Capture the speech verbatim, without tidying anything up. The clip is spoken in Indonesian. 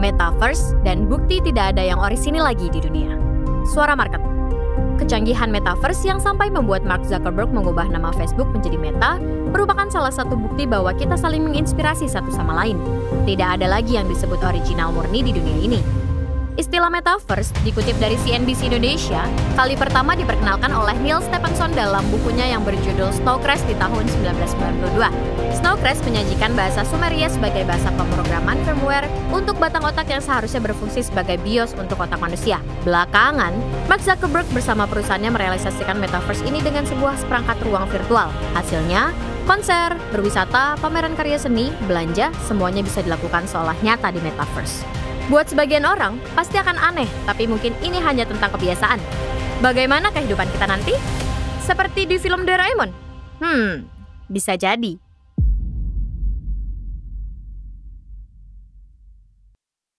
Metaverse dan bukti tidak ada yang orisinil lagi di dunia. Suara market. Kecanggihan Metaverse yang sampai membuat Mark Zuckerberg mengubah nama Facebook menjadi Meta merupakan salah satu bukti bahwa kita saling menginspirasi satu sama lain. Tidak ada lagi yang disebut original murni di dunia ini. Istilah Metaverse dikutip dari C N B C Indonesia, kali pertama diperkenalkan oleh Neil Stephenson dalam bukunya yang berjudul Snowcrash di tahun seribu sembilan ratus sembilan puluh dua. Snowcrash menyajikan bahasa Sumeria sebagai bahasa pemrograman firmware untuk batang otak yang seharusnya berfungsi sebagai BIOS untuk otak manusia. Belakangan, Mark Zuckerberg bersama perusahaannya merealisasikan Metaverse ini dengan sebuah seperangkat ruang virtual. Hasilnya, konser, berwisata, pameran karya seni, belanja, semuanya bisa dilakukan seolah nyata di Metaverse. Buat sebagian orang, pasti akan aneh, tapi mungkin ini hanya tentang kebiasaan. Bagaimana kehidupan kita nanti? Seperti di film Doraemon? Hmm, bisa jadi.